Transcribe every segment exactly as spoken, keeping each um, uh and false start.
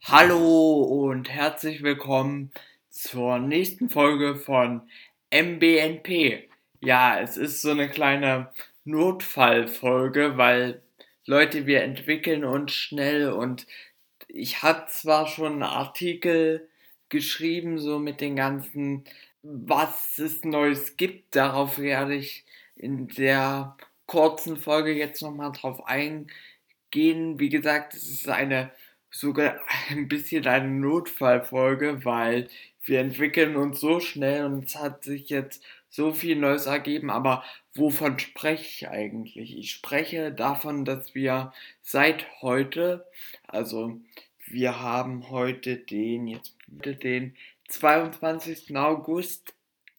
Hallo und herzlich willkommen zur nächsten Folge von M B N P. Ja, es ist so eine kleine Notfallfolge, weil Leute, wir entwickeln uns schnell und ich habe zwar schon einen Artikel geschrieben, so mit den ganzen, was es Neues gibt. Darauf werde ich in der kurzen Folge jetzt nochmal drauf eingehen. Wie gesagt, es ist eine sogar ein bisschen eine Notfallfolge, weil wir entwickeln uns so schnell und es hat sich jetzt so viel Neues ergeben. Aber wovon spreche ich eigentlich? Ich spreche davon, dass wir seit heute, also wir haben heute den, jetzt den zweiundzwanzigsten August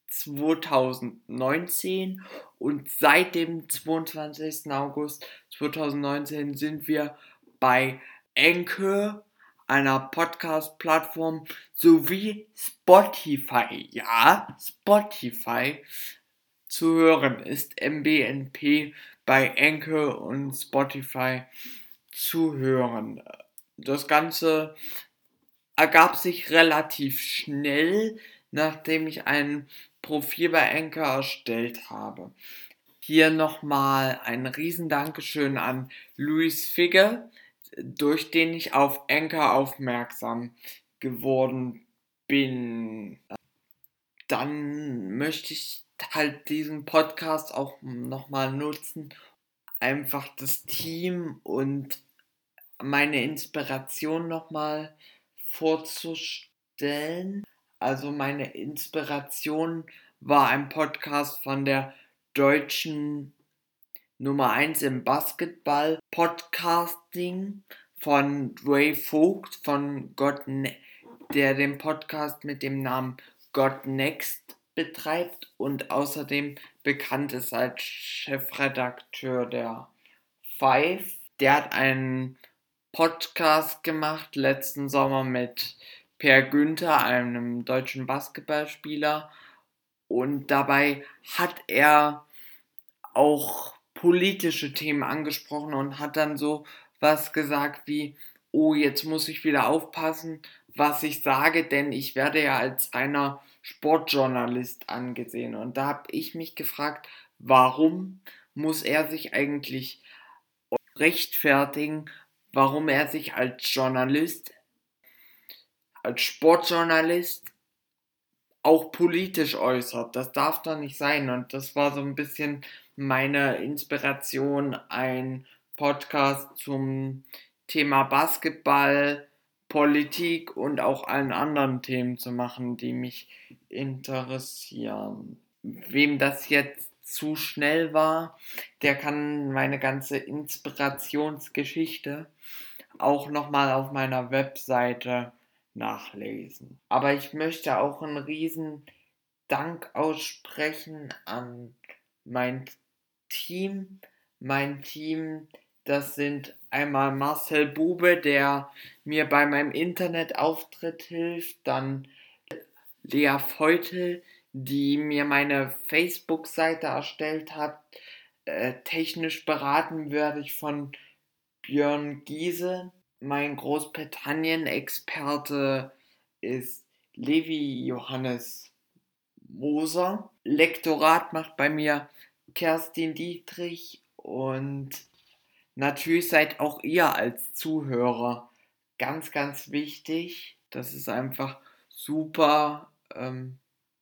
zweitausendneunzehn und seit dem zweiundzwanzigsten August zweitausendneunzehn sind wir bei Anchor, einer Podcast-Plattform, sowie Spotify. Ja, Spotify zu hören ist M B N P bei Anchor und Spotify zu hören. Das Ganze ergab sich relativ schnell, nachdem ich ein Profil bei Anchor erstellt habe. Hier nochmal ein riesen Dankeschön an Luis Figge, durch den ich auf Anchor aufmerksam geworden bin. Dann möchte ich halt diesen Podcast auch nochmal nutzen, einfach das Team und meine Inspiration nochmal vorzustellen. Also meine Inspiration war ein Podcast von der deutschen Nummer eins im Basketball Podcasting von Dre Vogt von God ne- der den Podcast mit dem Namen God Next betreibt und außerdem bekannt ist als Chefredakteur der Five. Der hat einen Podcast gemacht letzten Sommer mit Per Günther, einem deutschen Basketballspieler, und dabei hat er auch politische Themen angesprochen und hat dann so was gesagt wie: oh, jetzt muss ich wieder aufpassen, was ich sage, denn ich werde ja als einer Sportjournalist angesehen. Und da habe ich mich gefragt, warum muss er sich eigentlich rechtfertigen, warum er sich als Journalist, als Sportjournalist auch politisch äußert. Das darf doch nicht sein. Und das war so ein bisschen meine Inspiration, ein Podcast zum Thema Basketball, Politik und auch allen anderen Themen zu machen, die mich interessieren. Wem das jetzt zu schnell war, der kann meine ganze Inspirationsgeschichte auch nochmal auf meiner Webseite nachlesen. Aber ich möchte auch einen riesen Dank aussprechen an mein Team. Mein Team, das sind einmal Marcel Bube, der mir bei meinem Internetauftritt hilft, dann Lea Feutel, die mir meine Facebook-Seite erstellt hat. Äh, technisch beraten werde ich von Björn Giese. Mein Großbritannien-Experte ist Levi Johannes Moser. Lektorat macht bei mir Kerstin Dietrich und natürlich seid auch ihr als Zuhörer ganz, ganz wichtig. Das ist einfach super, ähm,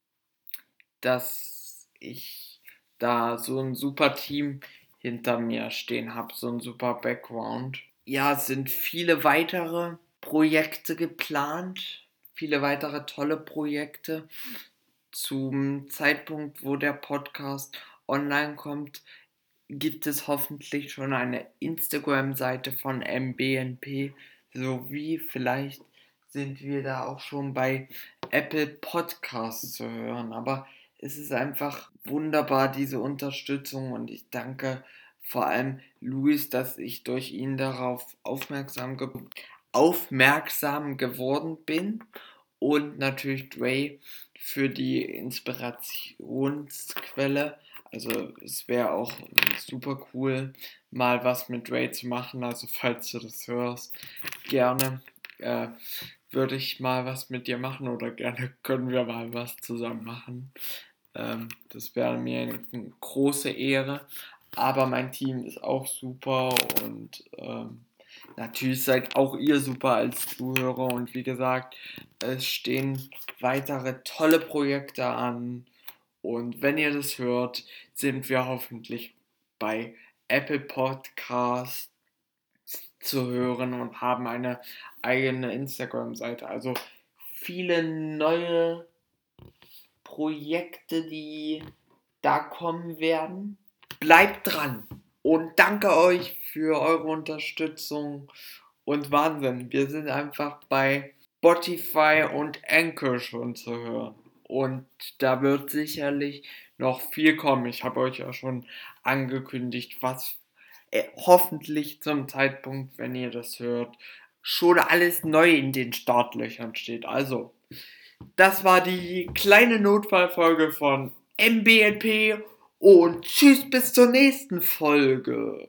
dass ich da so ein super Team hinter mir stehen habe, so ein super Background. Ja, es sind viele weitere Projekte geplant, viele weitere tolle Projekte. Zum Zeitpunkt, wo der Podcast online kommt, gibt es hoffentlich schon eine Instagram-Seite von M B N P, sowie vielleicht sind wir da auch schon bei Apple Podcasts zu hören. Aber es ist einfach wunderbar, diese Unterstützung, und ich danke vor allem Luis, dass ich durch ihn darauf aufmerksam, ge aufmerksam geworden bin, und natürlich Dre für die Inspirationsquelle. Also es wäre auch super cool, mal was mit Dre zu machen. Also falls du das hörst, gerne äh, würde ich mal was mit dir machen oder gerne können wir mal was zusammen machen. Ähm, das wäre mir eine, eine große Ehre. Aber mein Team ist auch super und ähm, natürlich seid auch ihr super als Zuhörer. Und wie gesagt, es stehen weitere tolle Projekte an. Und wenn ihr das hört, sind wir hoffentlich bei Apple Podcasts zu hören und haben eine eigene Instagram-Seite. Also viele neue Projekte, die da kommen werden. Bleibt dran und danke euch für eure Unterstützung und Wahnsinn. Wir sind einfach bei Spotify und Anchor schon zu hören. Und da wird sicherlich noch viel kommen. Ich habe euch ja schon angekündigt, was äh, hoffentlich zum Zeitpunkt, wenn ihr das hört, schon alles neu in den Startlöchern steht. Also, das war die kleine Notfallfolge von M B L P und tschüss bis zur nächsten Folge.